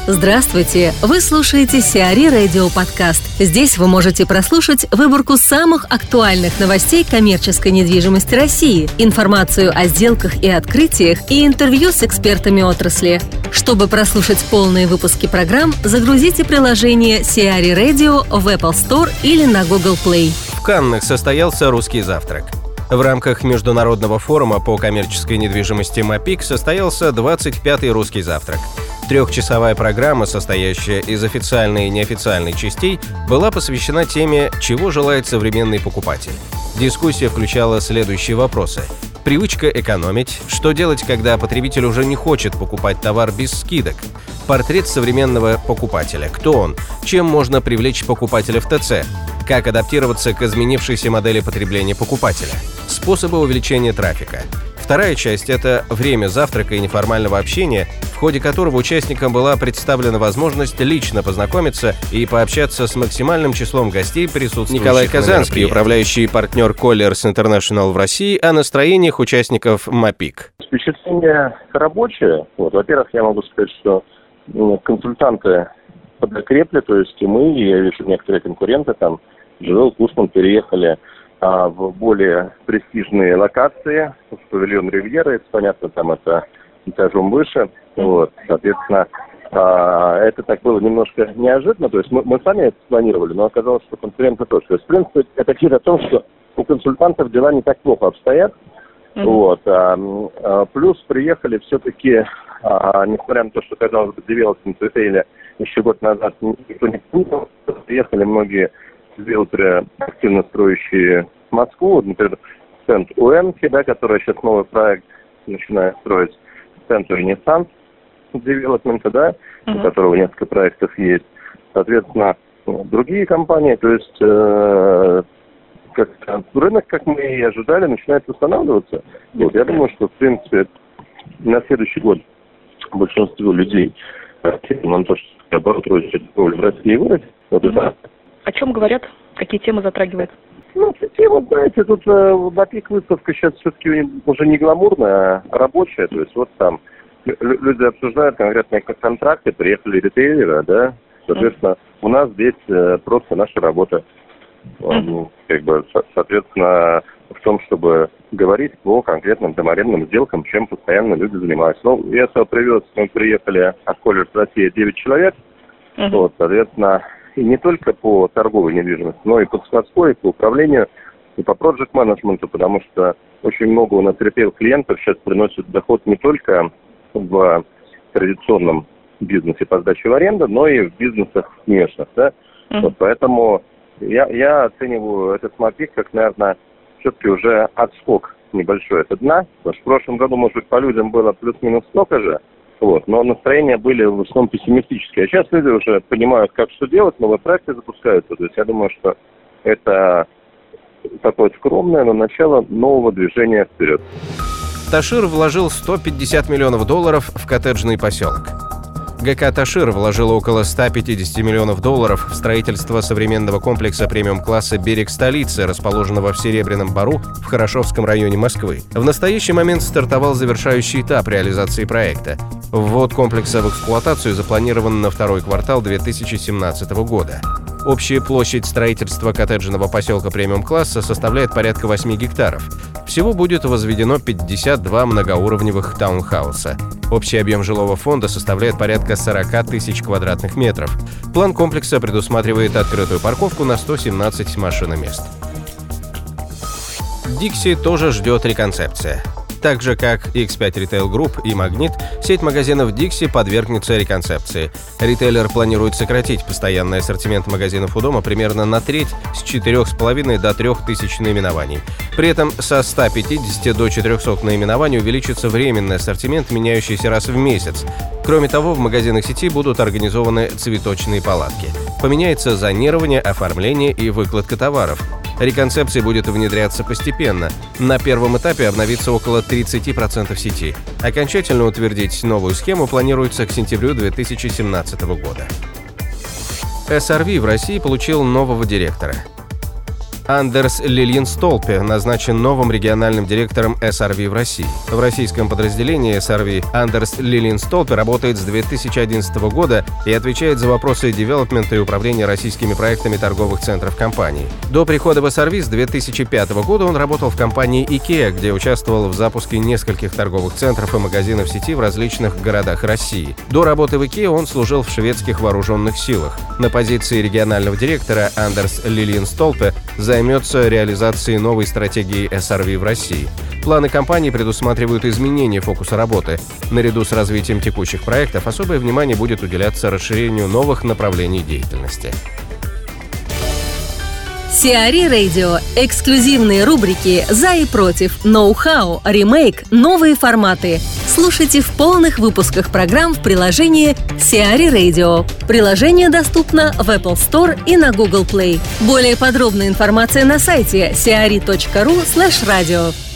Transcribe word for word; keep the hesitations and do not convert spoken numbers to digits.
Здравствуйте! Вы слушаете Сиари Радио Подкаст. Здесь вы можете прослушать выборку самых актуальных новостей коммерческой недвижимости России, информацию о сделках и открытиях и интервью с экспертами отрасли. Чтобы прослушать полные выпуски программ, загрузите приложение Сиари Radio в Apple Store или на Google Play. В Каннах состоялся «Русский завтрак». В рамках Международного форума по коммерческой недвижимости МАПИК состоялся двадцать пятый «Русский завтрак». Трехчасовая программа, состоящая из официальной и неофициальной частей, была посвящена теме «Чего желает современный покупатель?». Дискуссия включала следующие вопросы. Привычка экономить, что делать, когда потребитель уже не хочет покупать товар без скидок, портрет современного покупателя, кто он, чем можно привлечь покупателя в ТЦ, как адаптироваться к изменившейся модели потребления покупателя, способы увеличения трафика. Вторая часть – это время завтрака и неформального общения, в ходе которого участникам была представлена возможность лично познакомиться и пообщаться с максимальным числом гостей, присутствующих. Николай Казанский, управляющий партнер Colliers International в России, о настроениях участников МАПИК. Впечатление рабочее. Вот, во-первых, я могу сказать, что ну, консультанты подокрепли, то есть и мы, и я вижу некоторые конкуренты, там, Джоэл, Кушман переехали а, в более престижные локации, в павильон Ривьера, это понятно, там это этажом выше, вот, соответственно, а, это так было немножко неожиданно, то есть мы, мы сами это планировали, но оказалось, что конкуренты тоже. То есть, в принципе, это говорит о том, что у консультантов дела не так плохо обстоят, mm-hmm. вот, а, а, плюс приехали все-таки, а, несмотря на то, что, казалось бы, девелопмент ритейля еще год назад никто не понял, приехали многие девелоперы, активно строящие Москву, например, центр УЭМКи, да, который сейчас новый проект начинает строить, центр Ренессанс девелопмента, да, uh-huh. у которого несколько проектов есть. Соответственно, другие компании, то есть э, как, рынок, как мы и ожидали, начинает восстанавливаться. Вот, я думаю, что, в принципе, на следующий год большинство людей рассчитывают на то, что оборот в России вырастет. Вот uh-huh. это. О чем говорят? Какие темы затрагивает? Ну, темы, знаете, тут э, МАПИК выставка сейчас все-таки уже не гламурная, а рабочая. То есть вот там люди обсуждают конкретные контракты, приехали ритейлеры, да, соответственно, у нас здесь э, просто наша работа. Mm-hmm. Как бы, со- соответственно, в том, чтобы говорить по конкретным доморенным сделкам, чем постоянно люди занимаются. Ну, я сюда привез, мы приехали от Colliers России девять человек, mm-hmm. вот, соответственно, и не только по торговой недвижимости, но и по складской, и по управлению, и по проект-менеджменту, потому что очень много у нас ритейл-клиентов сейчас приносят доход не только в традиционном бизнесе по сдаче в аренду, но и в бизнесах смежных, да. Mm-hmm. Вот поэтому я, я оцениваю этот МАПИК как, наверное, все-таки уже отскок небольшой от дна. Потому что в прошлом году, может быть, по людям было плюс-минус столько же, вот, но настроения были в основном пессимистические. А сейчас люди уже понимают, как что делать, новые проекты запускаются. То есть я думаю, что это такое скромное, но начало нового движения вперед. Ташир вложил сто пятьдесят миллионов долларов в коттеджный поселок. ГК «Ташир» вложила около сто пятьдесят миллионов долларов в строительство современного комплекса премиум-класса «Берег столицы», расположенного в Серебряном Бару в Хорошевском районе Москвы. В настоящий момент стартовал завершающий этап реализации проекта. Ввод комплекса в эксплуатацию запланирован на второй квартал две тысячи семнадцатого года. Общая площадь строительства коттеджного поселка премиум-класса составляет порядка восемь гектаров. Всего будет возведено пятьдесят два многоуровневых таунхауса. Общий объем жилого фонда составляет порядка сорок тысяч квадратных метров. План комплекса предусматривает открытую парковку на сто семнадцать машиномест. Dixie тоже ждет реконцепция. Так же, как икс пять Retail Group и Магнит, сеть магазинов Dixie подвергнется реконцепции. Ритейлер планирует сократить постоянный ассортимент магазинов у дома примерно на треть, с четырёх с половиной до трёх тысяч наименований. При этом со ста пятидесяти до четырёхсот наименований увеличится временный ассортимент, меняющийся раз в месяц. Кроме того, в магазинах сети будут организованы цветочные палатки. Поменяется зонирование, оформление и выкладка товаров. Реконцепция будет внедряться постепенно. На первом этапе обновится около тридцати процентов сети. Окончательно утвердить новую схему планируется к сентябрю две тысячи семнадцатого года. эс ар ви в России получил нового директора. Андерс Лильенстолпе назначен новым региональным директором эс ар ви в России. В российском подразделении эс ар ви Андерс Лильенстолпе работает с две тысячи одиннадцатого года и отвечает за вопросы девелопмента и управления российскими проектами торговых центров компании. До прихода в эс ар ви с две тысячи пятого года он работал в компании IKEA, где участвовал в запуске нескольких торговых центров и магазинов сети в различных городах России. До работы в IKEA он служил в шведских вооруженных силах. На позиции регионального директора Андерс Лильенстолпе займется реализацией новой стратегии эс ар ви в России. Планы компании предусматривают изменение фокуса работы. Наряду с развитием текущих проектов особое внимание будет уделяться расширению новых направлений деятельности. Сиари Radio. Эксклюзивные рубрики «За и против», «Ноу-хау», «Ремейк», «Новые форматы». Слушайте в полных выпусках программ в приложении Сиари Radio. Приложение доступно в Apple Store и на Google Play. Более подробная информация на сайте сиари точка ру слэш радио.